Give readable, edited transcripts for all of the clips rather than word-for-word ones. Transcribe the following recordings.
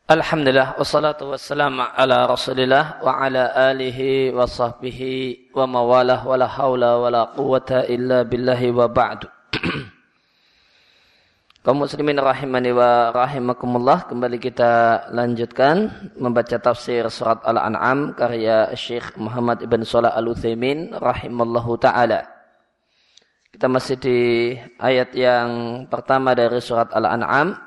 Alhamdulillah wassalatu wassalamu ala Rasulillah wa ala alihi wa sahbihi wa mawalah wa la haula wa la quwwata illa billahi wa ba'du. Kaum muslimin rahimani wa rahimakumullah, kembali kita lanjutkan membaca tafsir surat Al-An'am karya Syekh Muhammad ibn Shalih Al-Utsaimin rahimallahu taala. Kita masih di ayat yang pertama dari surat Al-An'am.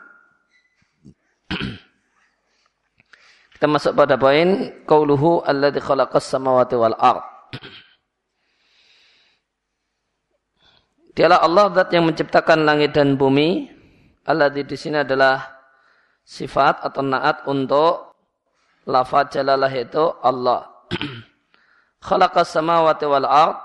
Kita masuk pada poin qauluhu alladzi khalaqas samawati wal ard. Dialah Allah zat yang menciptakan langit dan bumi. Alladzi di sini adalah sifat atau naat untuk lafaz jalalah itu Allah. Khalaqas samawati wal ard.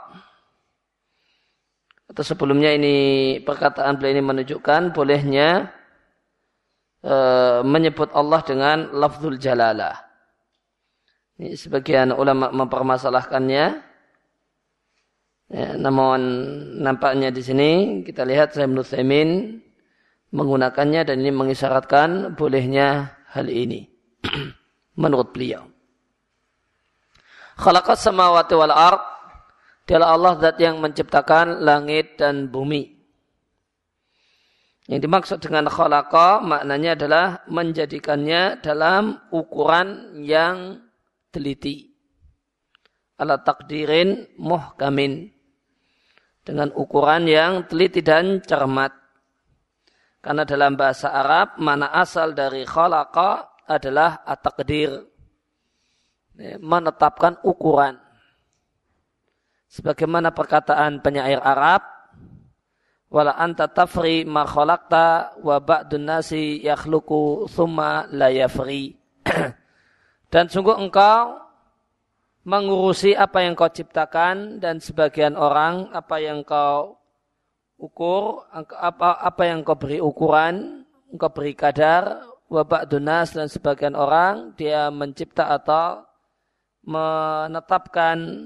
Atau sebelumnya ini perkataan beliau ini menunjukkan bolehnya menyebut Allah dengan lafzul jalalah. Ini sebagian ulama mempermasalahkannya. Ya, namun nampaknya di sini kita lihat Syekh Ibnu Utsaimin menggunakannya dan ini mengisyaratkan bolehnya hal ini. Menurut beliau. Khalaqas samawati wal ard. Dialah Allah zat yang menciptakan langit dan bumi. Yang dimaksud dengan khalaqa maknanya adalah menjadikannya dalam ukuran yang teliti. Ala takdirin muhkamin. Dengan ukuran yang teliti dan cermat. Karena dalam bahasa Arab mana asal dari khalaqa adalah at-taqdir. Menetapkan ukuran. Sebagaimana perkataan penyair Arab, wala anta tafri ma khalaqta wa ba'dun nasi yakhluqu thumma la yafri. Dan sungguh engkau mengurusi apa yang kau ciptakan dan sebagian orang apa yang kau ukur, apa yang kau beri ukuran, engkau beri kadar, wa ba'dun nas dan sebagian orang dia mencipta atau menetapkan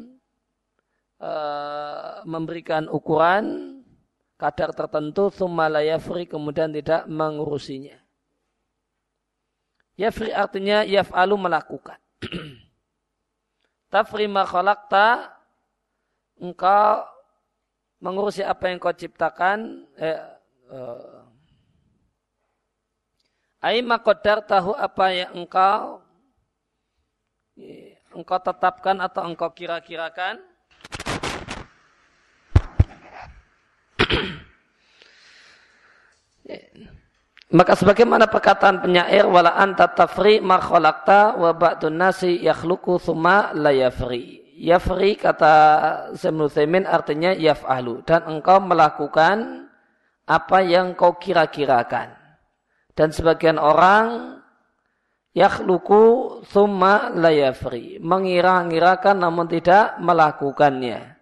memberikan ukuran kadar tertentu, thumma la yafri, kemudian tidak mengurusinya. Yafri artinya yaf'alu, melakukan. Tafri ma khalaqta, engkau mengurusi apa yang kau ciptakan. Ai ma qaddartahu, apa yang engkau tetapkan atau engkau kira-kirakan. Maka sebagaimana perkataan penyair, wala anta tafri ma khalaqta wa ba'dun nasi yakhluqu thumma la yafri. Yafri kata Syekh Ibnu Utsaimin artinya yaf'alu, dan engkau melakukan apa yang kau kira-kirakan. Dan sebagian orang yakhluqu thumma la yafri, mengira-ngirakan namun tidak melakukannya.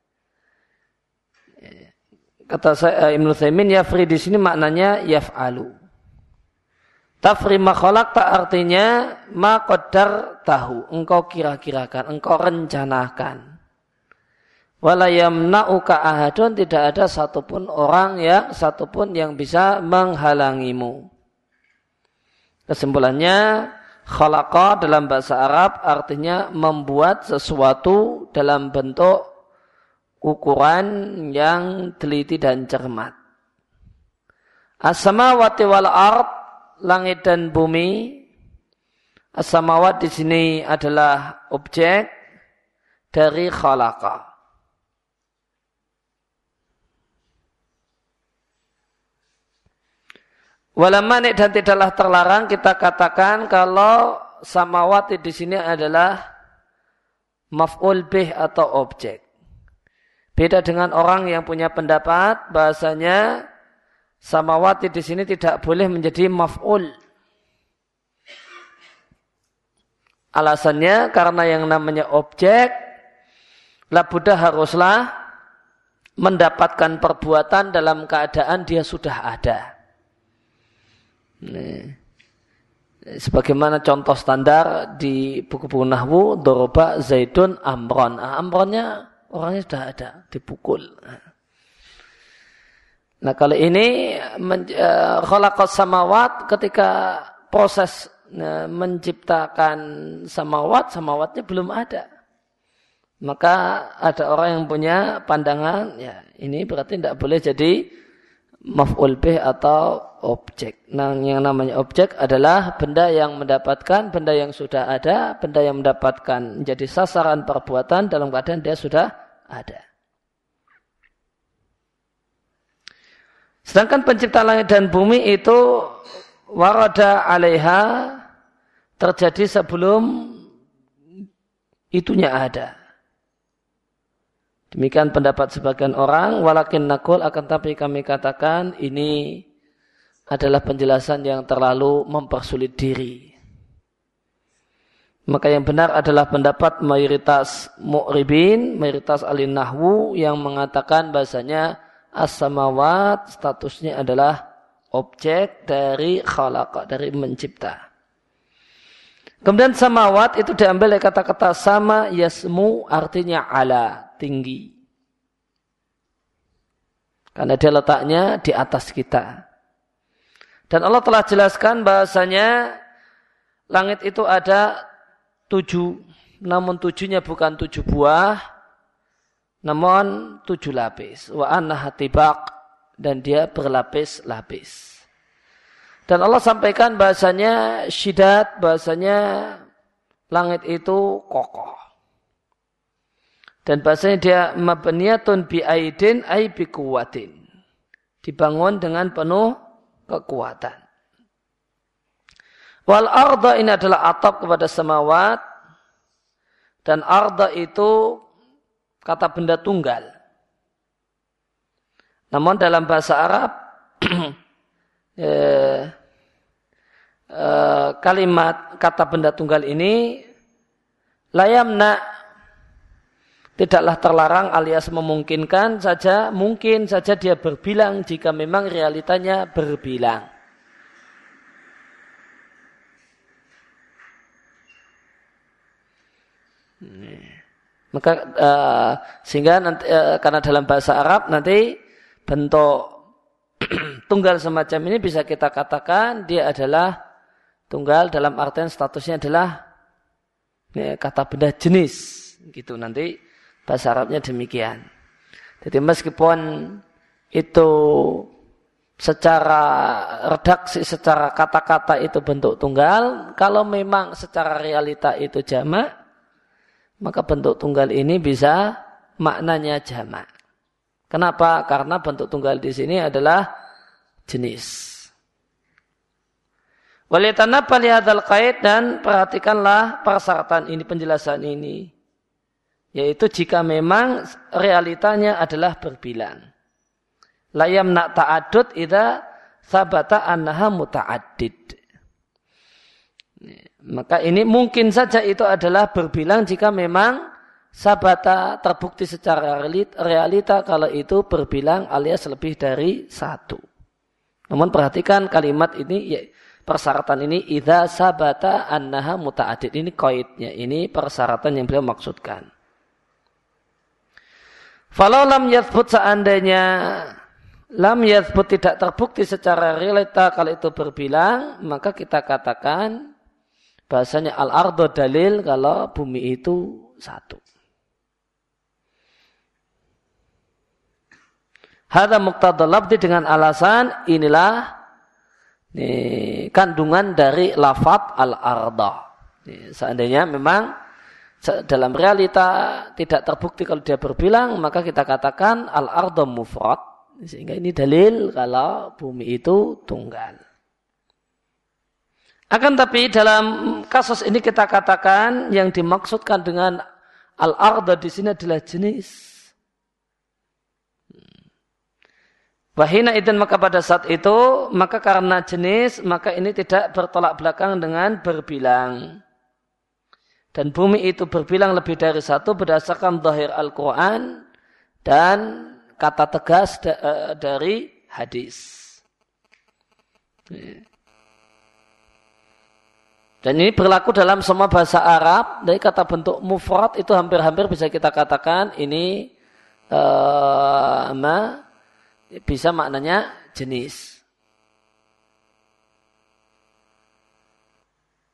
Kata Ibnu Utsaimin, yafri di sini maknanya yaf'alu. Tafri ma khalaqta artinya ma qaddartahu, engkau kira-kirakan, engkau rencanakan. Wala yamna'uka ahadun, tidak ada satupun yang bisa menghalangimu. Kesimpulannya, khalaqa dalam bahasa Arab artinya membuat sesuatu dalam bentuk ukuran yang teliti dan cermat. As-samawati wal ard, langit dan bumi. As-samawat di sini adalah objek dari khalaqa. Wala mani, dan tidaklah terlarang kita katakan kalau samawati di sini adalah maf'ul bih atau objek. Beda dengan orang yang punya pendapat bahasanya samawati di sini tidak boleh menjadi maf'ul. Alasannya karena yang namanya objek labudah haruslah mendapatkan perbuatan dalam keadaan dia sudah ada. Sebagaimana contoh standar di buku-buku nahwu, doroba zaidun amron. Amronnya orangnya sudah ada, dipukul. Nah kalau ini khalaqas samawat, ketika proses menciptakan samawatnya belum ada. Maka ada orang yang punya pandangan, ya ini berarti tidak boleh jadi maf'ul bih atau objek. Nah, yang namanya objek adalah benda yang mendapatkan, benda yang sudah ada, benda yang mendapatkan menjadi sasaran perbuatan dalam keadaan dia sudah ada. Sedangkan pencipta langit dan bumi itu warada 'alaiha terjadi sebelum itunya ada. Demikian pendapat sebagian orang, walakin naqul akan tapi kami katakan ini adalah penjelasan yang terlalu mempersulit diri. Maka yang benar adalah pendapat mayoritas mu'ribin, mayoritas ahli nahwu yang mengatakan bahasanya as-samawat statusnya adalah objek dari khalaqa, dari mencipta. Kemudian samawat itu diambil dari kata-kata sama yasmu artinya ala, tinggi. Karena dia letaknya di atas kita. Dan Allah telah jelaskan bahasanya langit itu ada 7, namun 7-nya bukan 7 buah, namun 7 lapis. Wa annaha tibaq, dan dia berlapis-lapis. Dan Allah sampaikan bahasanya syidat, bahasanya langit itu kokoh. Dan bahasanya dia mabniyatun bi'aidin ay biquwatin. Dibangun dengan penuh kekuatan. Wal arda ini adalah atap kepada samawat. Dan arda itu kata benda tunggal. Namun dalam bahasa Arab kalimat kata benda tunggal ini layamna tidaklah terlarang alias memungkinkan saja, mungkin saja dia berbilang jika memang realitanya berbilang. Maka sehingga nanti, karena dalam bahasa Arab nanti bentuk tunggal semacam ini bisa kita katakan dia adalah tunggal dalam artian statusnya adalah kata benda jenis, gitu nanti bahasa Arabnya demikian. Jadi meskipun itu secara redaksi, secara kata-kata itu bentuk tunggal, kalau memang secara realita itu jamak, maka bentuk tunggal ini bisa maknanya jamak. Kenapa? Karena bentuk tunggal di sini adalah jenis. Walitanabba lihadzal qaid, dan perhatikanlah persyaratan ini, penjelasan ini, yaitu jika memang realitanya adalah berbilang. La yamna ta'addud idza sabata annaha muta'addid. Maka ini mungkin saja itu adalah berbilang jika memang sabata terbukti secara realita kalau itu berbilang alias lebih dari satu. Namun perhatikan kalimat ini, persyaratan ini idza sabata annaha muta'addid, ini qaidnya, ini persyaratan yang beliau maksudkan. Falau lam yathbut, seandainya lam yathbut tidak terbukti secara realita kalau itu berbilang, maka kita katakan bahasanya al-ardu dalil kalau bumi itu satu. Hadza muqtadal lafzi, dengan alasan inilah kandungan dari lafaz al-arda. Seandainya memang dalam realita tidak terbukti kalau dia berbilang, maka kita katakan al-arda mufrad, sehingga ini dalil kalau bumi itu tunggal. Akan tapi dalam kasus ini kita katakan yang dimaksudkan dengan al-arda di sini adalah jenis. Wahina idzan, maka pada saat itu, maka karena jenis, maka ini tidak bertolak belakang dengan berbilang. Dan bumi itu berbilang lebih dari satu berdasarkan zahir Al-Quran dan kata tegas dari hadis. Dan ini berlaku dalam semua bahasa Arab. Dari kata bentuk mufrad itu hampir-hampir bisa kita katakan ini bisa maknanya jenis.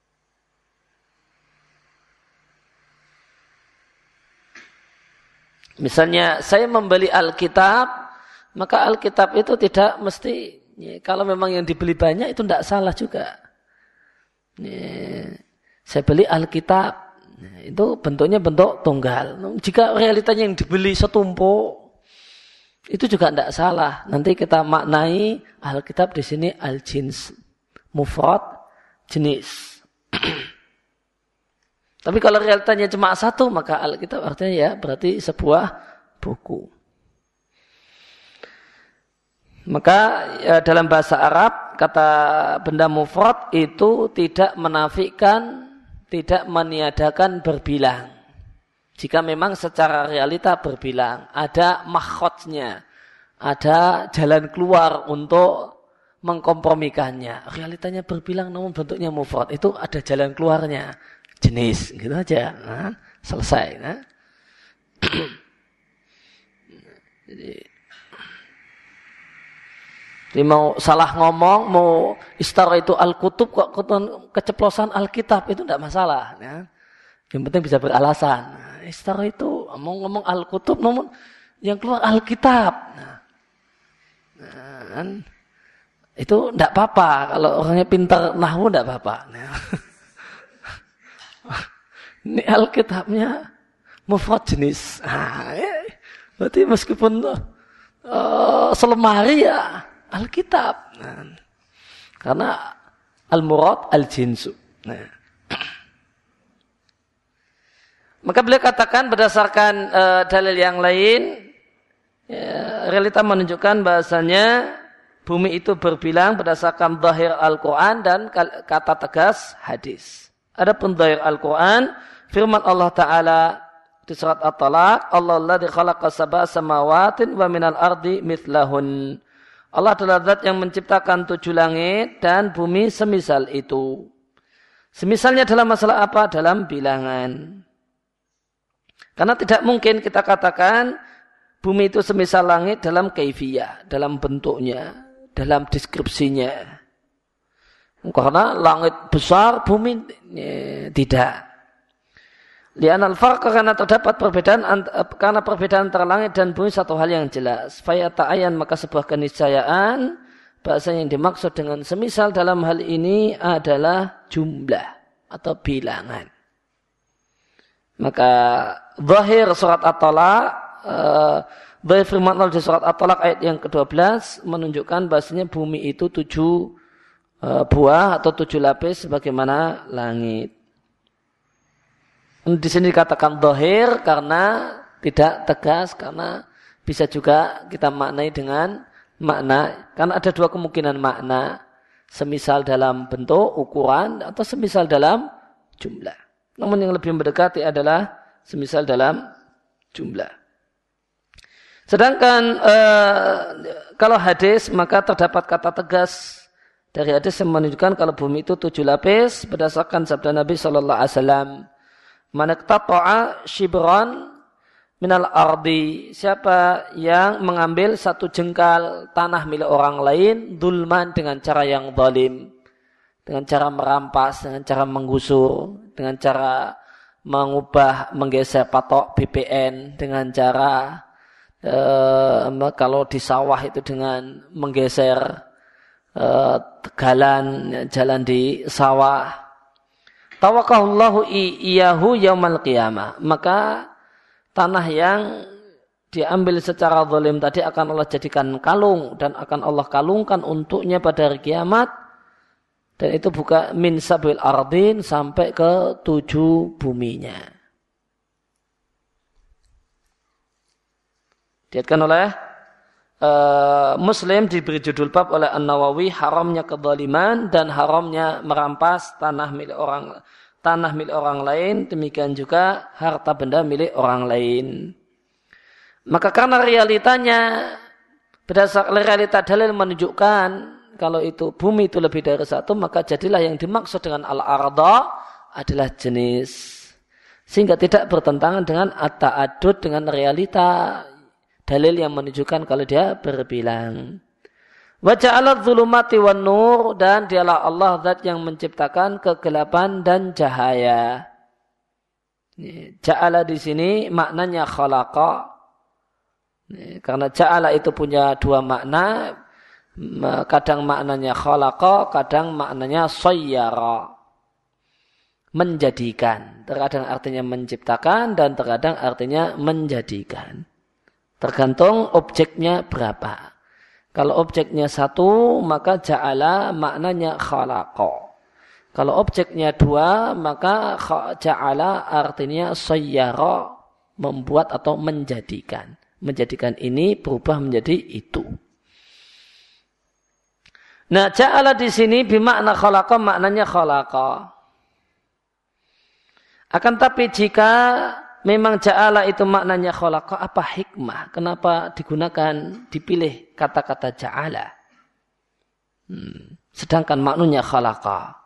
Misalnya saya membeli Alkitab, maka Alkitab itu tidak mesti, kalau memang yang dibeli banyak itu tidak salah juga. Saya beli Alkitab, itu bentuknya bentuk tunggal. Jika realitanya yang dibeli setumpuk, itu juga tidak salah. Nanti kita maknai Alkitab di sini al-jins, mufrad, jenis. Tapi kalau realitanya cuma satu, maka Alkitab artinya ya berarti sebuah buku. Maka ya, dalam bahasa Arab kata benda mufrad itu tidak menafikan, tidak meniadakan berbilang. Jika memang secara realita berbilang, ada makhotnya, ada jalan keluar untuk mengkompromikannya. Realitanya berbilang namun bentuknya mufrad, itu ada jalan keluarnya. Jenis, gitu aja. Nah, selesai. Nah. Jadi mau salah ngomong, mau istara itu Al-Kutub, kok keceplosan Alkitab, itu tidak masalah. Ya. Yang penting bisa beralasan. Nah, istara itu mau ngomong Al-Kutub, namun yang keluar Alkitab. Nah, itu tidak apa-apa. Kalau orangnya pintar nahwu tidak apa-apa. Nah. Ini Alkitabnya mufrad jenis. Berarti meskipun selemari ya Alkitab. Karena al-murad al-jinsu. Maka beliau katakan berdasarkan dalil yang lain, realita menunjukkan bahasanya bumi itu berbilang berdasarkan zahir Al-Quran dan kata tegas hadis. Adapun zahir Al-Quran, firman Allah Ta'ala di surat At-Talaq, Allah alladzi khalaqa sab'a samawatin wa minal ardi mithlahun. Allah adalah zat yang menciptakan 7 langit dan bumi semisal itu. Semisalnya dalam masalah apa? Dalam bilangan. Karena tidak mungkin kita katakan bumi itu semisal langit dalam kaifiyah, dalam bentuknya, dalam deskripsinya. Karena langit besar, bumi tidak. Li'anal farq, karena terdapat perbedaan, karena perbedaan antara langit dan bumi satu hal yang jelas. Fayata'ayan, maka sebuah keniscayaan bahasa yang dimaksud dengan semisal dalam hal ini adalah jumlah atau bilangan. Maka zahir surat At-Talaq, zahir firman Allah di surat At-Talaq ayat yang ke-12 menunjukkan bahasanya bumi itu 7 buah atau 7 lapis sebagaimana langit. Di sini dikatakan zahir karena tidak tegas, karena bisa juga kita maknai dengan makna, karena ada 2 kemungkinan makna, semisal dalam bentuk ukuran atau semisal dalam jumlah. Namun yang lebih mendekati adalah semisal dalam jumlah. Sedangkan kalau hadis, maka terdapat kata tegas dari hadis yang menunjukkan kalau bumi itu 7 lapis berdasarkan sabda Nabi sallallahu alaihi wasallam, "Man iqtata'a shibran minal ardi", siapa yang mengambil 1 jengkal tanah milik orang lain dzulman, dengan cara yang zalim, dengan cara merampas, dengan cara menggusur, dengan cara menggeser patok BPN, dengan cara kalau di sawah itu dengan menggeser jalan di sawah. Tawakkallahu iyahu yaumal qiyamah, maka tanah yang diambil secara zalim tadi akan Allah jadikan kalung dan akan Allah kalungkan untuknya pada hari kiamat, dan itu bukan min sabil ardin, sampai ke 7 buminya. Dilihatkan oleh Muslim, diberi judul bab oleh An-Nawawi, haramnya kezaliman dan haramnya merampas tanah milik orang lain, demikian juga harta benda milik orang lain. Maka karena realitanya berdasarkan realita dalil menunjukkan kalau itu bumi itu lebih dari 1, maka jadilah yang dimaksud dengan al-arda adalah jenis, sehingga tidak bertentangan dengan at-ta'addud, dengan realita dalil yang menunjukkan kalau dia berbilang. Wa ja'ala dzulumati wan nur, dan dialah Allah zat yang menciptakan kegelapan dan cahaya. Ja'ala di sini maknanya khalaqa, Karena ja'ala itu punya dua makna, kadang maknanya khalaqa, kadang maknanya sayyara, menjadikan. Terkadang artinya menciptakan dan terkadang artinya menjadikan. Tergantung objeknya berapa. Kalau objeknya satu, maka ja'ala maknanya khalaqa. Kalau objeknya dua, maka ja'ala artinya sayyara, membuat atau menjadikan. Menjadikan ini berubah menjadi itu. Nah, ja'ala di sini bimakna khalaqa, maknanya khalaqa. Akan tapi jika memang ja'ala itu maknanya khalaqa, apa hikmah? Kenapa dipilih kata-kata ja'ala? Sedangkan maknanya khalaqa.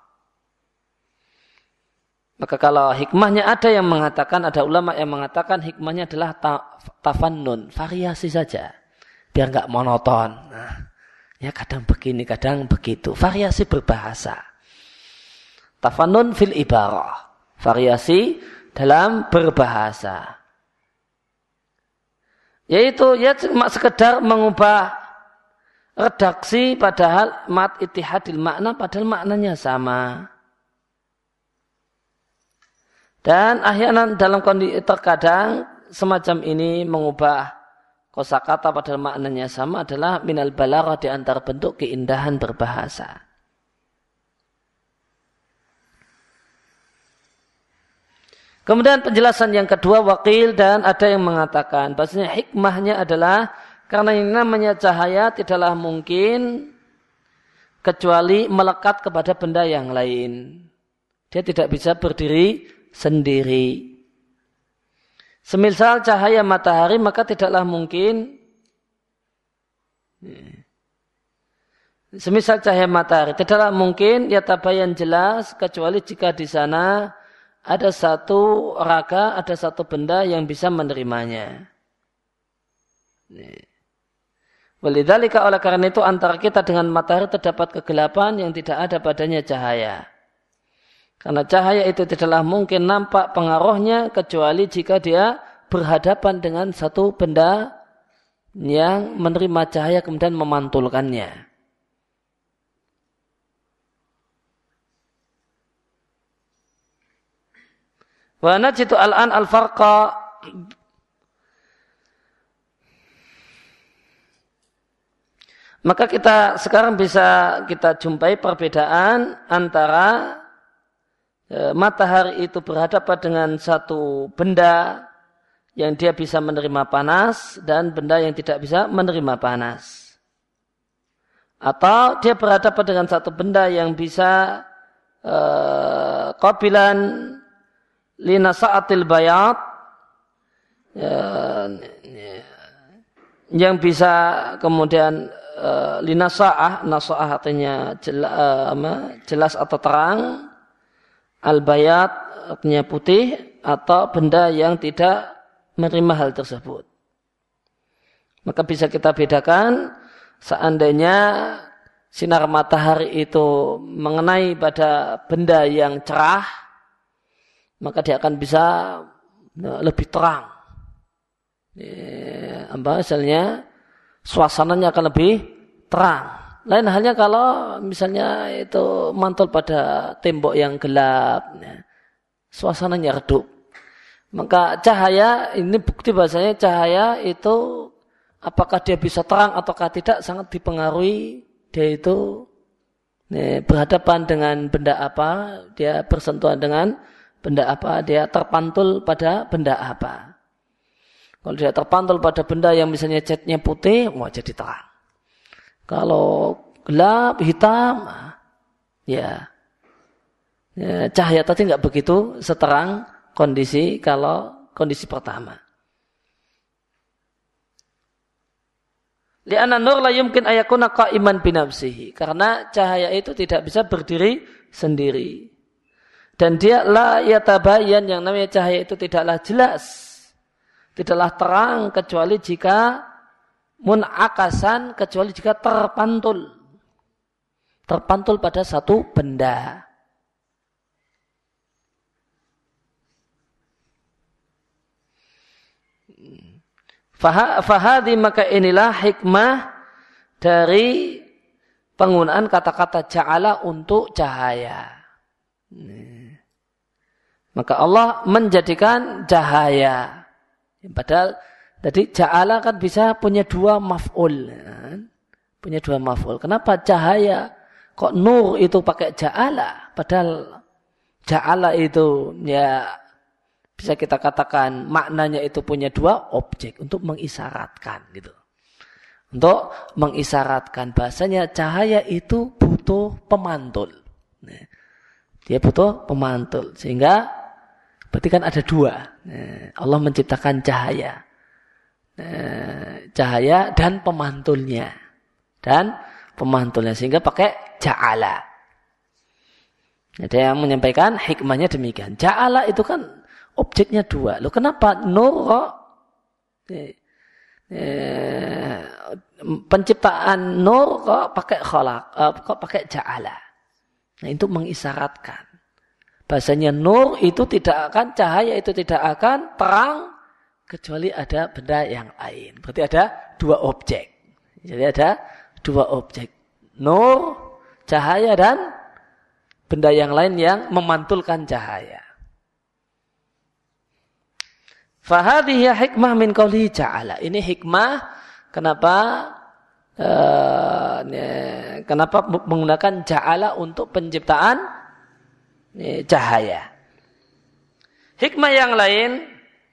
Maka kalau hikmahnya ada yang mengatakan, ada ulama yang mengatakan hikmahnya adalah tafannun, variasi saja. Biar enggak monoton. Nah, ya kadang begini, kadang begitu. Variasi berbahasa. Tafannun fil ibarah. Variasi dalam berbahasa. Yaitu ya cuma sekedar mengubah redaksi padahal mat ittihadil makna padahal maknanya sama. Dan ahyanan dalam kondisi terkadang semacam ini mengubah kosakata padahal maknanya sama adalah minal balaghah, di antara bentuk keindahan berbahasa. Kemudian penjelasan yang kedua wakil, dan ada yang mengatakan bahasanya hikmahnya adalah karena yang namanya cahaya tidaklah mungkin kecuali melekat kepada benda yang lain. Dia tidak bisa berdiri sendiri. Semisal cahaya matahari, maka tidaklah mungkin ya tabayan jelas kecuali jika di sana ada satu raga, ada satu benda yang bisa menerimanya. Walidzalika, oleh karena itu antara kita dengan matahari terdapat kegelapan yang tidak ada padanya cahaya. Karena cahaya itu tidaklah mungkin nampak pengaruhnya kecuali jika dia berhadapan dengan satu benda yang menerima cahaya kemudian memantulkannya. Wa najidu al-an al-farqa maka kita sekarang bisa kita jumpai perbedaan antara matahari itu berhadapan dengan satu benda yang dia bisa menerima panas dan benda yang tidak bisa menerima panas. Atau dia berhadapan dengan satu benda yang bisa qabilan linasa'atil bayat, yang bisa kemudian linasa'ah, nasa'ah artinya jelas atau terang, al-bayat artinya putih, atau benda yang tidak menerima hal tersebut. Maka bisa kita bedakan seandainya sinar matahari itu mengenai pada benda yang cerah, maka dia akan bisa lebih terang. Misalnya suasananya akan lebih terang. Lain halnya kalau misalnya itu mantul pada tembok yang gelap, suasananya redup. Maka cahaya, ini bukti bahasanya cahaya itu apakah dia bisa terang ataukah tidak sangat dipengaruhi dia itu berhadapan dengan benda apa, dia bersentuhan dengan benda apa, dia terpantul pada benda apa. Kalau dia terpantul pada benda yang misalnya catnya putih, wah jadi terang. Kalau gelap, hitam, ya cahaya tadi nggak begitu seterang kondisi kalau kondisi pertama. Li'anna nur la yumkin ayakuna qa'iman binafsihi. Karena cahaya itu tidak bisa berdiri sendiri. Dan dia la yatabayan, yang namanya cahaya itu tidaklah jelas, tidaklah terang kecuali jika munakasan, kecuali jika terpantul pada satu benda. Fahadi maka inilah hikmah dari penggunaan kata-kata ja'ala untuk cahaya. Maka Allah menjadikan cahaya. Padahal tadi ja'ala kan bisa punya dua maf'ul. Punya dua maf'ul. Kenapa cahaya? Kok nur itu pakai ja'ala? Padahal ja'ala itu ya bisa kita katakan maknanya itu punya dua objek untuk mengisyaratkan gitu. Untuk mengisyaratkan bahasanya cahaya itu butuh pemantul. Dia butuh pemantul. Sehingga berarti kan ada dua. Allah menciptakan cahaya. Cahaya dan pemantulnya. Sehingga pakai ja'ala. Ada yang menyampaikan hikmahnya demikian. Ja'ala itu kan objeknya dua. Loh kenapa nur penciptaan nur kok pakai khalaq, kok pakai ja'ala. Nah, itu mengisyaratkan bahasanya nur itu tidak akan, cahaya itu tidak akan terang kecuali ada benda yang lain. Berarti ada dua objek. Jadi ada dua objek. Nur, cahaya dan benda yang lain yang memantulkan cahaya. Fahadhihi hikmah min qawlihi ja'ala. Ini hikmah kenapa menggunakan ja'ala untuk penciptaan cahaya. Hikmah yang lain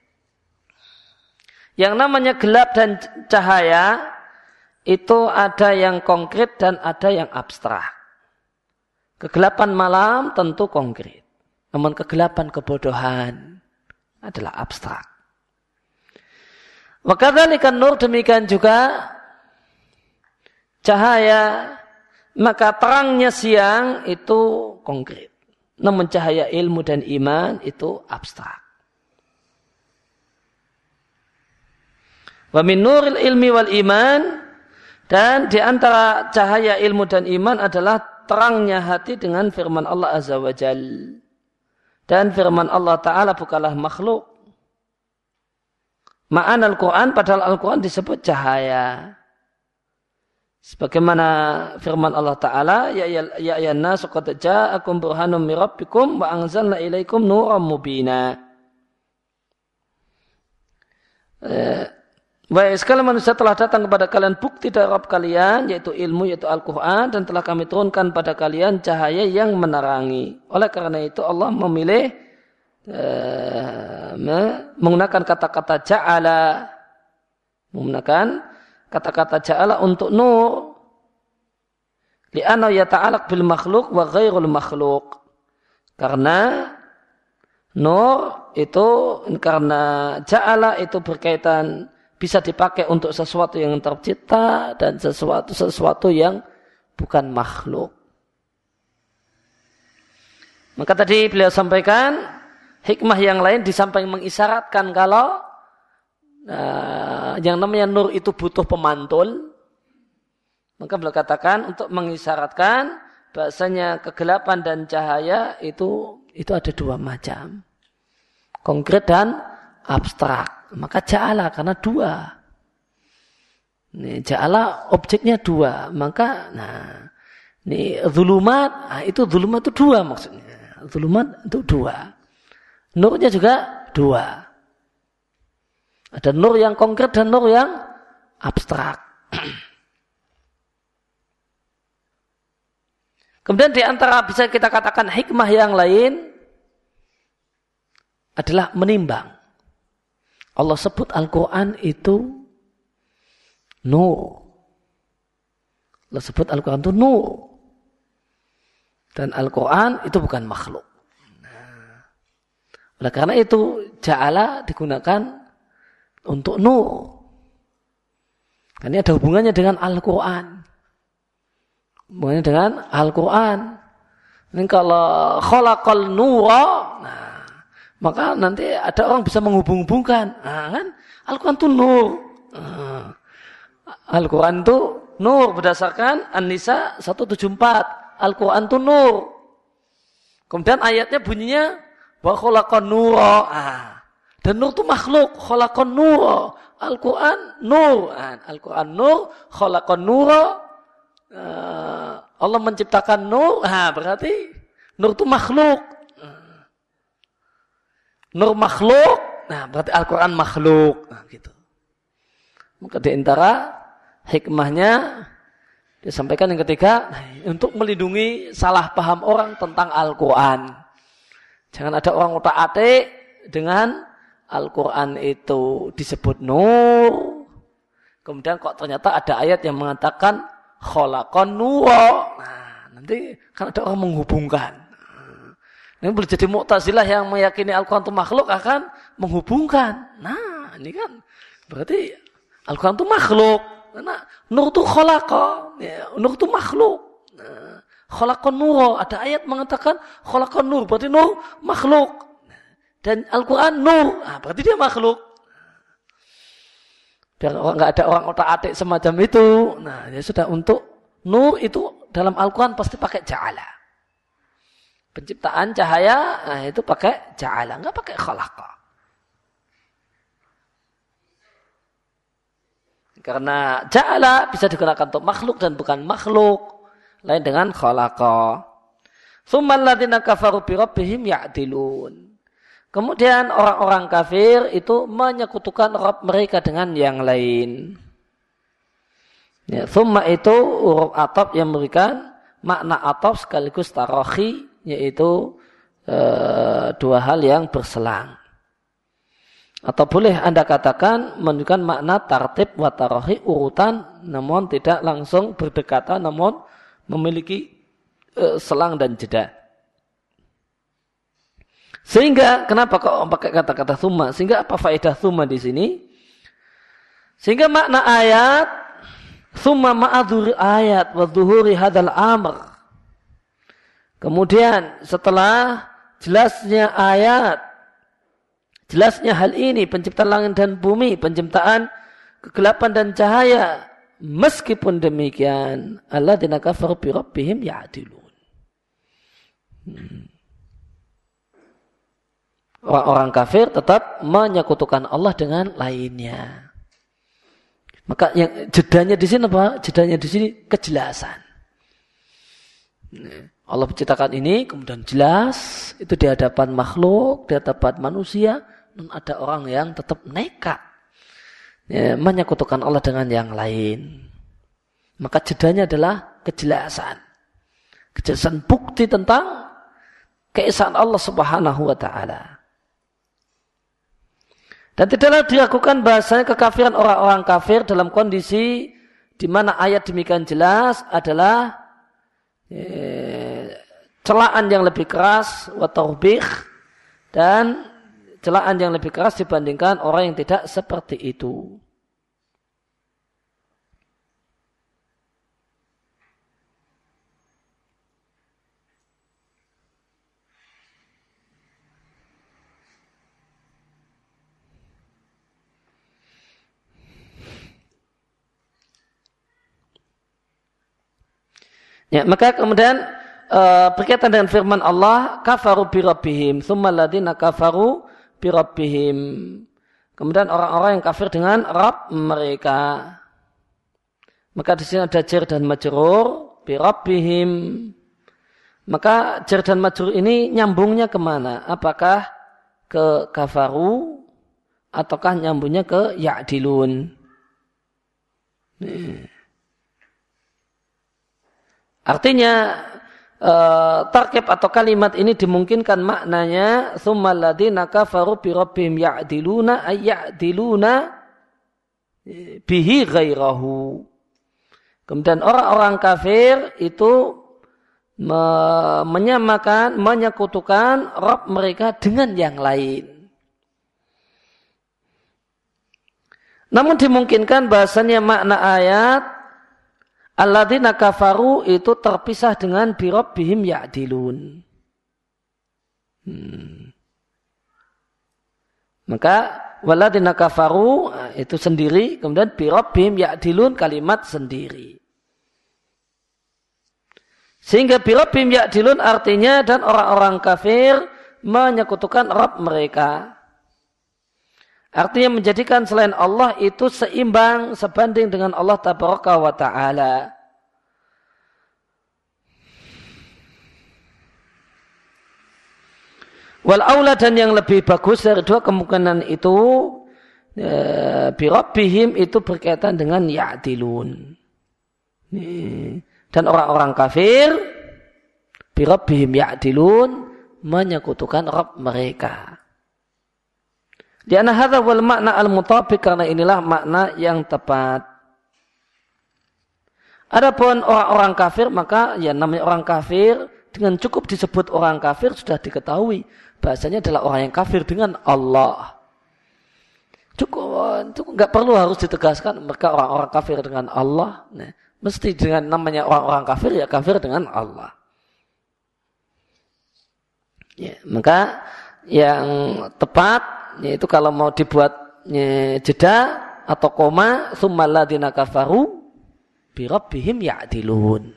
yang namanya gelap dan cahaya itu ada yang konkret dan ada yang abstrak. Kegelapan malam tentu konkret. Namun kegelapan kebodohan adalah abstrak. Wa kadzalika nur, demikian juga cahaya, maka terangnya siang itu konkret. Namun cahaya ilmu dan iman itu abstrak. Wa min nuril ilmi wal iman, dan di antara cahaya ilmu dan iman adalah terangnya hati dengan firman Allah Azza wa Jal. Dan firman Allah Ta'ala bukanlah makhluk. Ma'an Al-Quran, padahal Al-Quran disebut cahaya. Sebagaimana firman Allah Ta'ala, Ya ayyuhan nasu qad ja'akum burhanun min rabbikum wa anzalna ilaikum nuran mubina. Wahai sekalian manusia, telah datang kepada kalian bukti dari Rabb kalian, yaitu ilmu, yaitu Al-Quran, dan telah kami turunkan pada kalian cahaya yang menerangi. Oleh karena itu Allah memilih menggunakan kata-kata ja'ala, untuk nur, li'annahu yata'alaq bil makhluk wa ghairul makhluk. Karena nur itu, karena ja'ala itu berkaitan, bisa dipakai untuk sesuatu yang tercipta dan sesuatu yang bukan makhluk. Maka tadi beliau sampaikan hikmah yang lain di samping mengisyaratkan kalau yang namanya nur itu butuh pemantul. Maka beliau katakan untuk mengisyaratkan bahasanya kegelapan dan cahaya itu ada dua macam. Konkret dan abstrak. Maka ja'ala karena dua. Ini ja'ala objeknya dua. Maka ini zulumat, itu zulumat itu dua maksudnya. Zulumat itu dua. Nurnya juga dua. Ada nur yang konkret dan nur yang abstrak. Kemudian di antara bisa kita katakan hikmah yang lain adalah menimbang. Allah sebut Al-Quran itu nur. Allah sebut Al-Quran itu nur. Dan Al-Quran itu bukan makhluk. Oleh karena itu ja'ala digunakan untuk nur. Ini ada hubungannya dengan Al-Quran. Hubungannya dengan Al-Quran. Ini kalau khalaqal nura, maka nanti ada orang bisa menghubung-hubungkan. Kan? Al-Quran itu nur. Al-Quran itu nur berdasarkan An-Nisa 174. Al-Quran itu nur. Kemudian ayatnya bunyinya wa khalaqan nura. Dan nur itu makhluk, khalaqan nur. Al-Quran nur. Al-Quran nur, khalaqan nur. Allah menciptakan nur. Berarti nur itu makhluk. Nur makhluk. Berarti Al-Quran makhluk. Gitu. Maka di antara hikmahnya disampaikan yang ketiga, untuk melindungi salah paham orang tentang Al-Quran. Jangan ada orang otak-atik dengan Al-Quran itu disebut nur. Kemudian kok ternyata ada ayat yang mengatakan khalaqan nura. Nanti kan ada orang menghubungkan. Ini boleh jadi Mu'tazilah yang meyakini Al-Quran itu makhluk akan menghubungkan. Ini kan berarti Al-Quran itu makhluk. Karena nur itu khalaqa. Nur itu makhluk. Khalaqan nura. Ada ayat mengatakan khalaqan nur. Berarti nur makhluk. Dan Al-Quran nur, berarti dia makhluk. Biar nggak ada orang otak-atik semacam itu. Ya sudah, untuk nur itu dalam Al-Quran pasti pakai ja'ala. Penciptaan cahaya itu pakai ja'ala, nggak pakai khalaqa. Karena ja'ala bisa digunakan untuk makhluk dan bukan makhluk. Lain dengan khalaqa. Tsummal ladzina kafaru bi rabbihim ya'dilun. Kemudian orang-orang kafir itu menyekutukan Rabb mereka dengan yang lain. Ya, thumma itu huruf ataf yang memberikan makna ataf sekaligus tarakhi, yaitu dua hal yang berselang. Atau boleh Anda katakan menunjukkan makna tartib wa tarakhi, urutan namun tidak langsung berdekatan, namun memiliki selang dan jeda. Sehingga kenapa kok pakai kata-kata thumma? Sehingga apa faedah thumma di sini? Sehingga makna ayat thumma ma'adzuri ayat wa dhuhuri hadzal amr. Kemudian setelah jelasnya ayat, jelasnya hal ini, penciptaan langit dan bumi, penciptaan kegelapan dan cahaya, meskipun demikian alladzina kafaru bi rabbihim ya'dilun. Orang-orang kafir tetap menyekutukan Allah dengan lainnya. Maka yang jedanya di sini apa? Jedanya di sini kejelasan. Allah menciptakan ini, kemudian jelas itu di hadapan makhluk, di hadapan manusia, dan ada orang yang tetap nekat menyekutukan Allah dengan yang lain. Maka jedanya adalah kejelasan. Kejelasan bukti tentang keesaan Allah Subhanahu wa taala. Dan tidaklah dilakukan bahasanya kekafiran orang-orang kafir dalam kondisi di mana ayat demikian jelas adalah celaan yang lebih keras wa tawbih, dan celaan yang lebih keras dibandingkan orang yang tidak seperti itu. Ya, maka kemudian berkaitan dengan firman Allah, kafaru bi rabbihim, tsumma alladziina kafaru bi rabbihim. Kemudian orang-orang yang kafir dengan Rabb mereka. Maka di sini ada jar dan majrur bi rabbihim. Maka jar dan majrur ini nyambungnya kemana? Apakah ke kafaru ataukah nyambungnya ke ya'dilun? Artinya tarkib atau kalimat ini dimungkinkan maknanya tsummal ladzina kafaru bi rabbihim ya'diluna ay ya'diluna bihi ghairahu. Kemudian orang-orang kafir itu menyamakan, menyekutukan Rabb mereka dengan yang lain. Namun dimungkinkan bahasanya makna ayat alladzina kafaru itu terpisah dengan bi rabbihim ya'dilun. Maka walladzina kafaru itu sendiri, kemudian bi rabbihim ya'dilun kalimat sendiri. Sehingga bi rabbihim ya'dilun artinya dan orang-orang kafir menyekutukan Rabb mereka. Artinya menjadikan selain Allah itu seimbang, sebanding dengan Allah Tabaraka wa Ta'ala. Wal aula, dan yang lebih bagus dari dua kemungkinan itu, birabbihim itu berkaitan dengan ya'dilun. Dan orang-orang kafir, birabbihim ya'dilun, menyekutukan Rabb mereka. Di anna hadza wal makna al-mutabiq, karena inilah makna yang tepat. Adapun orang-orang kafir, maka ya namanya orang kafir dengan cukup disebut orang kafir sudah diketahui bahasanya adalah orang yang kafir dengan Allah. Cukup enggak perlu harus ditegaskan mereka orang-orang kafir dengan Allah. Nah, mesti dengan namanya orang-orang kafir ya kafir dengan Allah. Ya, maka yang tepat yaitu kalau mau dibuat jeda atau koma, tsummal ladzina kafaru bi rabbihim ya'dilun.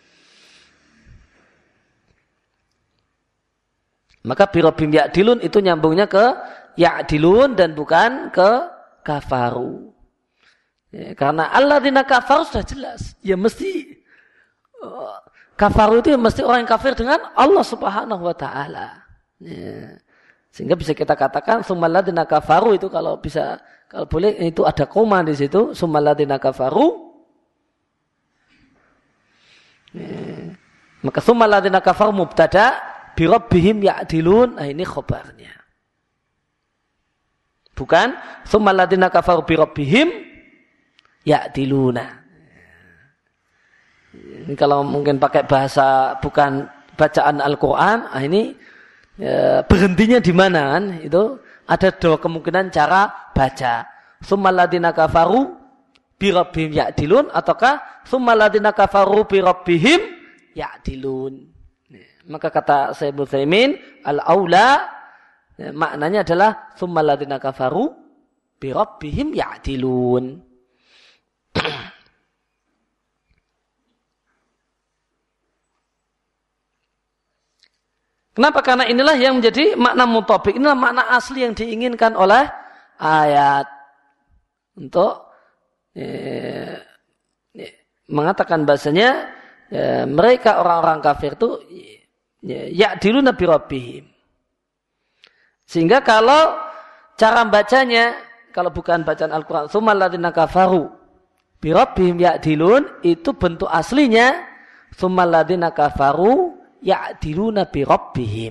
Maka bi rabbihim ya'dilun itu nyambungnya ke ya'dilun dan bukan ke kafaru. Ya, karena alladzina kafaru sudah jelas. Ya mesti kafaru itu ya mesti orang yang kafir dengan Allah Subhanahu wa taala. Ya. Sehingga bisa kita katakan tsummal ladzina kafaru itu kalau bisa, kalau boleh itu ada koma di situ, tsummal ladzina kafaru. Maka tsummal ladzina kafaru mubtada, bi rabbihim ya'dilun. Nah, ini khabarnya. Bukan tsummal ladzina kafaru bi rabbihim ya'diluna. Ini kalau mungkin pakai bahasa bukan bacaan Al-Qur'an, ini berhentinya di mana kan? Itu ada dua kemungkinan cara baca. Tsummal ladzina kafaru bi rabbihim ya'dilun ataukah tsummal ladzina kafaru bi rabbihim ya'dilun. Maka kata Syekh Utsaimin, al-aula maknanya adalah tsummal ladzina kafaru bi rabbihim ya'dilun. Kenapa? Karena inilah yang menjadi makna mutabiq. Inilah makna asli yang diinginkan oleh ayat. Untuk mengatakan bahasanya mereka orang-orang kafir itu ya'diluna bi rabbihim. Sehingga kalau cara bacanya, kalau bukan bacaan Al-Quran, tsummal ladzina kafaru bi rabbihim ya'dilun, itu bentuk aslinya tsummal ladzina kafaru ya'diluna bi rabbihim.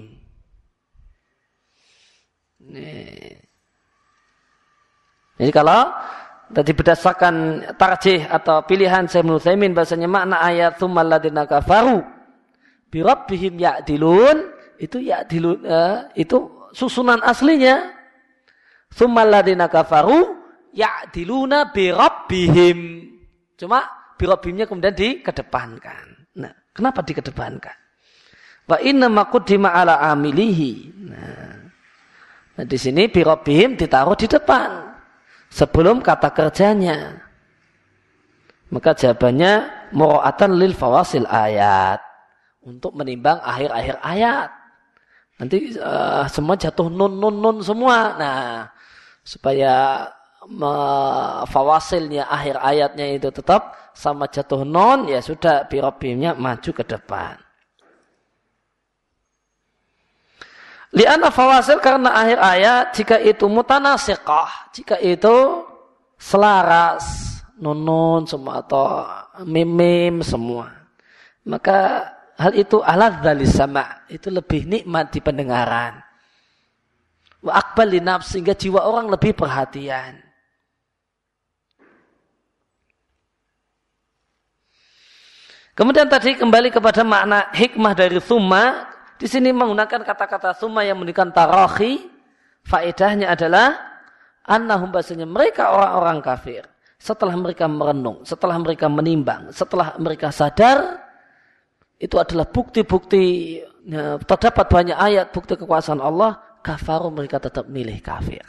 Jadi kalau tadi berdasarkan tarjih atau pilihan Syekh Utsaimin bahasanya makna ayat tsummal ladzina kafaru bi rabbihim ya'dilun, itu ya'dilun itu susunan aslinya tsummal ladzina kafaru ya'diluna bi rabbihim. Cuma bi rabbihimnya kemudian dikedepankan. Nah, kenapa dikedepankan? Wa inna ma qaddima ala amilihi. Nah, di sini bi rabbihim ditaruh di depan sebelum kata kerjanya. Maka jawabannya mura'atan lil fawasil ayat, untuk menimbang akhir-akhir ayat. Nanti semua jatuh nun semua. Nah, supaya fawasilnya akhir ayatnya itu tetap sama jatuh nun, ya sudah bi rabbihimnya maju ke depan. Li'anna fawasil, karena akhir ayat jika itu mutanasiqah, jika itu selaras, nun semua atau mim semua, maka hal itu aladza lisama', itu lebih nikmat di pendengaran. Wa aqbal li nafs, sehingga jiwa orang lebih perhatian. Kemudian tadi kembali kepada makna hikmah dari tsumma. Di sini menggunakan kata-kata tsumma yang menunjukkan tarakhi. Faedahnya adalah annahum, bahasanya mereka orang-orang kafir, setelah mereka merenung, setelah mereka menimbang, setelah mereka sadar, itu adalah bukti-bukti, terdapat banyak ayat bukti kekuasaan Allah, kafaru, mereka tetap milih kafir.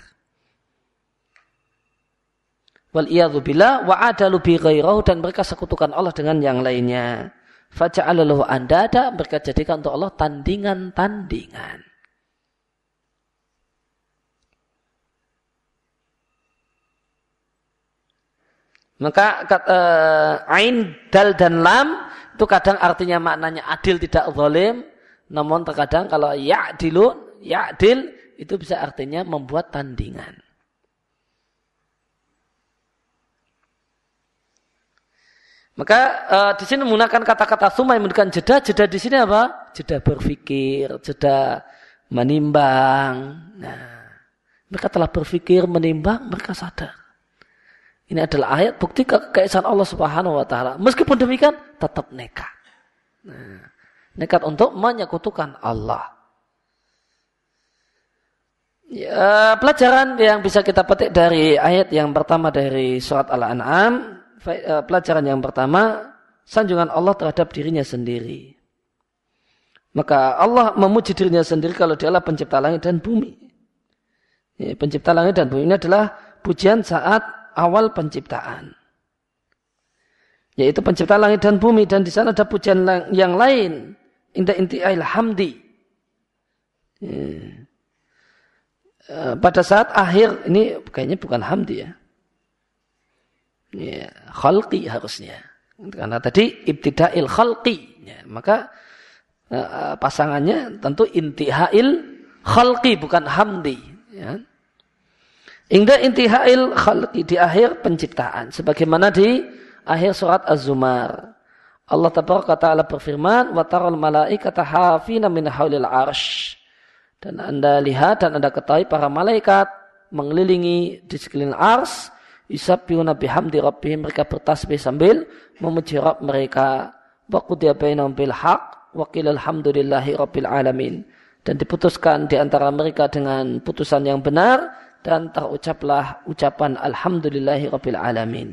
Wal iyadzu billah wa adalu bi ghairihi, dan mereka sekutukan Allah dengan yang lainnya. Faja'ala lahu andada, mereka jadikan untuk Allah tandingan-tandingan. Maka ain, dal dan lam itu kadang artinya maknanya adil tidak zalim, namun terkadang kalau ya'dil itu bisa artinya membuat tandingan. Maka di sini menggunakan kata-kata summa yang menunjukkan jeda. Jeda di sini apa? Jeda berpikir, jeda menimbang. Nah, mereka telah berpikir, menimbang, mereka sadar. Ini adalah ayat bukti keesaan Allah Subhanahu wa taala. Meskipun demikian tetap nekat. Nah, nekat untuk menyekutukan Allah. Ya, pelajaran yang bisa kita petik dari ayat yang pertama dari surat Al-An'am. Pelajaran yang pertama, sanjungan Allah terhadap dirinya sendiri. Maka Allah memuji dirinya sendiri kalau dialah pencipta langit dan bumi. Ya, pencipta langit dan bumi ini adalah pujian saat awal penciptaan. Yaitu pencipta langit dan bumi, dan di sana ada pujian yang lain. Inda inti'ail hamdi. Ya. Pada saat akhir, ini kayaknya bukan hamdi ya. Ya, khalqi harusnya. Karena tadi ibtida'il khalqi. Ya, maka pasangannya tentu intihail khalqi bukan hamdi. Ya. Inda intihail khalqi di akhir penciptaan. Sebagaimana di akhir surat Az-Zumar. Allah Tabaraka Ta'ala berfirman, wa taral malaikata hafina min haulil arsh. Dan Anda lihat dan Anda ketahui para malaikat mengelilingi di sekeliling ars. Yusabbihuna bihamdi rabbihim, mereka bertasbih sambil memuji Rabb mereka. Wa qudiya bainahum bil haqq wa qila alhamdulillahi rabbil alamin. Dan diputuskan di antara mereka dengan putusan yang benar dan terucaplah ucapan alhamdulillahi rabbil alamin.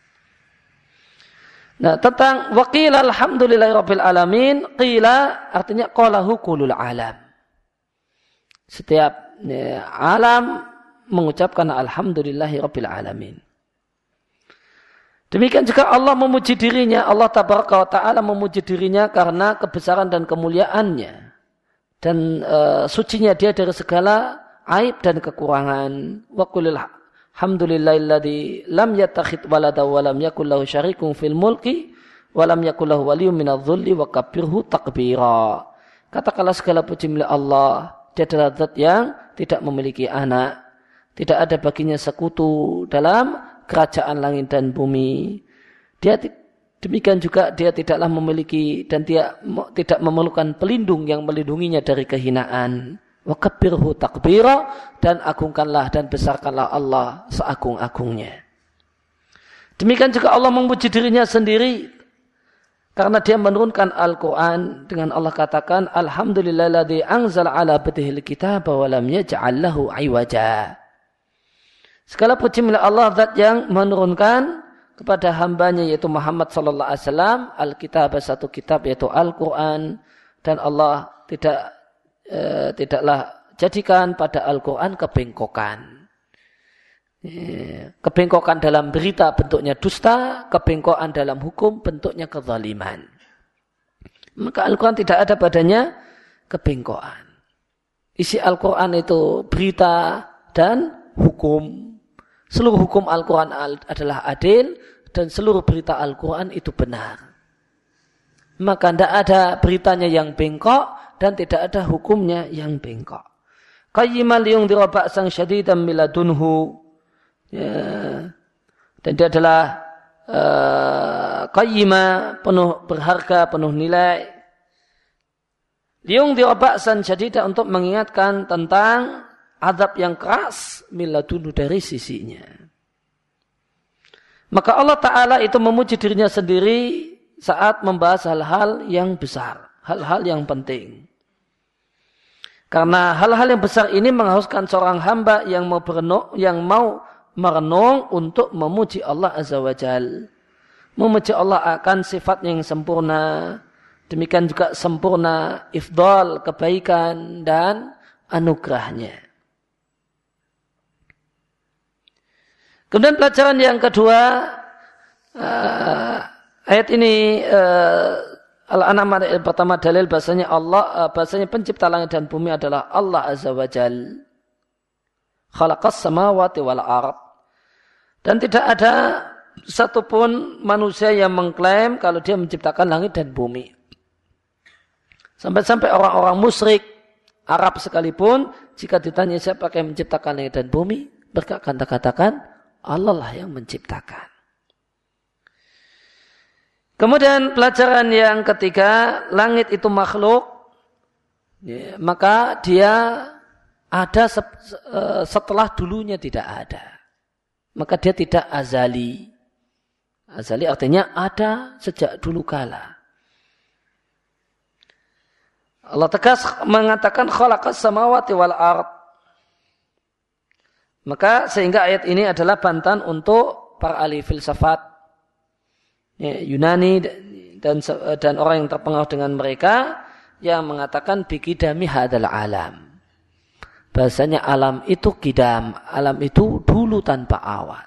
Nah, tentang wa qila alhamdulillahi rabbil alamin, qila artinya qalahu kulul alam. Setiap alam mengucapkan alhamdulillahi rabbil alamin. Demikian juga Allah memuji dirinya, Allah Tabaraka wa Ta'ala memuji dirinya karena kebesaran dan kemuliaannya. Dan sucinya dia dari segala aib dan kekurangan. Wa qulil hamdulillahilladzi lam yattakhidh walada wa lam yakul lahu syarikun fil mulki wa lam yakul lahu waliyyun minadh-dhulli wa kabbirhu takbira. Katakanlah segala puji milik Allah, dia adalah zat yang tidak memiliki anak. Tidak ada baginya sekutu dalam kerajaan langit dan bumi. Dia demikian juga dia tidaklah memiliki dan dia tidak memerlukan pelindung yang melindunginya dari kehinaan. Wa kabbirhu takbira, dan agungkanlah dan besarkanlah Allah seagung-agungnya. Demikian juga Allah memuji dirinya sendiri karena dia menurunkan Al-Quran dengan Allah katakan alhamdulillahilladzi anzala ala abdihil kitaba wa lam yaj'al lahu iwaja. Segala puji milik Allah, zat yang menurunkan kepada hambanya yaitu Muhammad sallallahu alaihi wasallam Alkitab, satu kitab yaitu Al-Quran, dan Allah tidaklah jadikan pada Al-Quran kebengkokan. Kebengkokan dalam berita bentuknya dusta, kebengkokan dalam hukum bentuknya kezaliman. Maka Al-Quran tidak ada padanya kebengkokan. Isi Al-Quran itu berita dan hukum. Seluruh hukum Al-Quran adalah adil dan seluruh berita Al-Quran itu benar. Maka tidak ada beritanya yang bengkok dan tidak ada hukumnya yang bengkok. Qayyiman liyundhira ba'san syadidan min ladunhu. Ya. Dan dia adalah qayyimah, penuh berharga, penuh nilai. Liyundhira ba'san syadidan, untuk mengingatkan tentang azab yang keras miladunu dari sisinya. Maka Allah Ta'ala itu memuji dirinya sendiri saat membahas hal-hal yang besar, hal-hal yang penting. Karena hal-hal yang besar ini mengharuskan seorang hamba yang mau merenung untuk memuji Allah Azza wa Jal. Memuji Allah akan sifat yang sempurna. Demikian juga sempurna ifdal, kebaikan dan anugerahnya. Kemudian pelajaran yang kedua, ayat ini Al-An'am ayat pertama dalil bahasanya bahasanya pencipta langit dan bumi adalah Allah Azza wa Jal. Khalaqas samawati wal ard. Dan tidak ada satupun manusia yang mengklaim kalau dia menciptakan langit dan bumi. Sampai-sampai orang-orang musyrik Arab sekalipun, jika ditanya siapa yang menciptakan langit dan bumi, mereka akan katakan Allah lah yang menciptakan. Kemudian pelajaran yang ketiga, langit itu makhluk, ya, maka dia ada setelah dulunya tidak ada. Maka dia tidak azali. Azali artinya ada sejak dulu kala. Allah tegas mengatakan khalaqas samawati wal ard. Maka sehingga ayat ini adalah bantahan untuk para ahli filsafat ya, Yunani dan orang yang terpengaruh dengan mereka yang mengatakan bikidami hadal alam. Bahasanya alam itu kidam, alam itu dulu tanpa awal.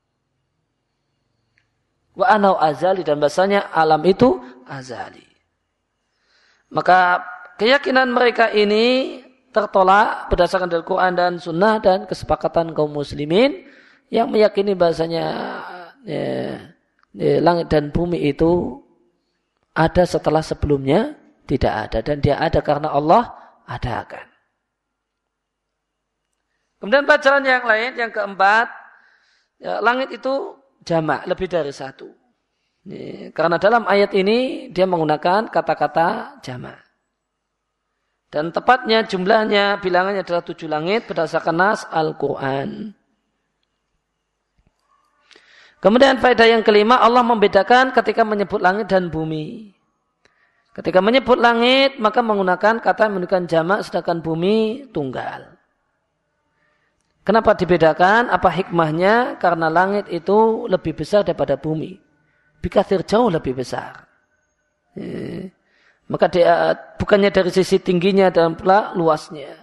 Wa anau azali, dan bahasanya alam itu azali. Maka keyakinan mereka ini tertolak berdasarkan dari Quran dan Sunnah dan kesepakatan kaum muslimin yang meyakini bahasanya langit dan bumi itu ada setelah sebelumnya tidak ada, dan dia ada karena Allah adakan. Kemudian pelajaran yang lain, yang keempat, ya, langit itu jamak, lebih dari satu. Karena dalam ayat ini dia menggunakan kata-kata jamak. Dan tepatnya jumlahnya, bilangannya adalah 7 langit berdasarkan nas Al-Quran. Kemudian faedah yang kelima, Allah membedakan ketika menyebut langit dan bumi. Ketika menyebut langit, maka menggunakan kata yang menunjukkan jamak, sedangkan bumi tunggal. Kenapa dibedakan? Apa hikmahnya? Karena langit itu lebih besar daripada bumi. Bikathir jauh lebih besar. Maka dia bukannya dari sisi tingginya dan pula luasnya.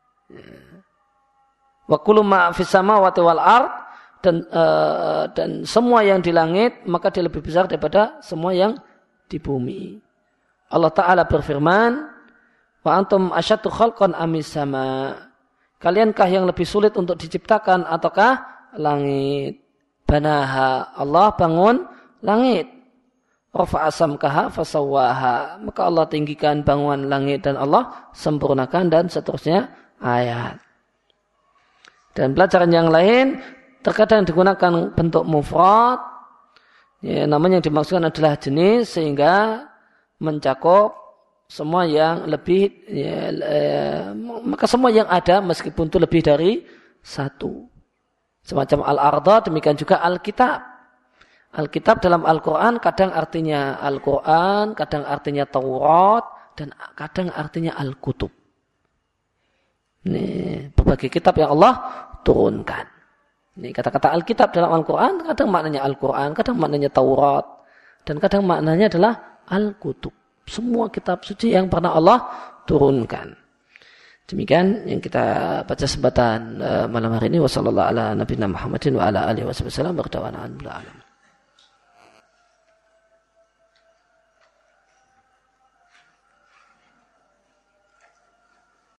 Wa kullu ma fis samawati wal ard, dan semua yang di langit maka dia lebih besar daripada semua yang di bumi. Allah Ta'ala berfirman, wa antum asyaddu khalqan amis sama. Kaliankah yang lebih sulit untuk diciptakan ataukah langit? Banaha, Allah bangun langit. Rafa'a samkaha fasawwaha. Maka Allah tinggikan bangunan langit dan Allah sempurnakan, dan seterusnya ayat. Dan pelajaran yang lain, terkadang digunakan bentuk mufrad, ya, namanya yang dimaksudkan adalah jenis, sehingga mencakup semua yang lebih, ya, maka semua yang ada meskipun itu lebih dari satu. Semacam al-arda, demikian juga al-kitab. Al-kitab dalam Al-Quran kadang artinya Al-Quran, kadang artinya Taurat, dan kadang artinya Al-Kutub. Ini berbagai kitab yang Allah turunkan. Ini kata-kata Al-kitab dalam Al-Quran kadang maknanya Al-Quran, kadang maknanya Taurat, dan kadang maknanya adalah Al-Kutub. Semua kitab suci yang pernah Allah turunkan. Demikian yang kita baca sempatan malam hari ini. Wassallallahu ala nabiyina Muhammadin wa ala alihi wasallam.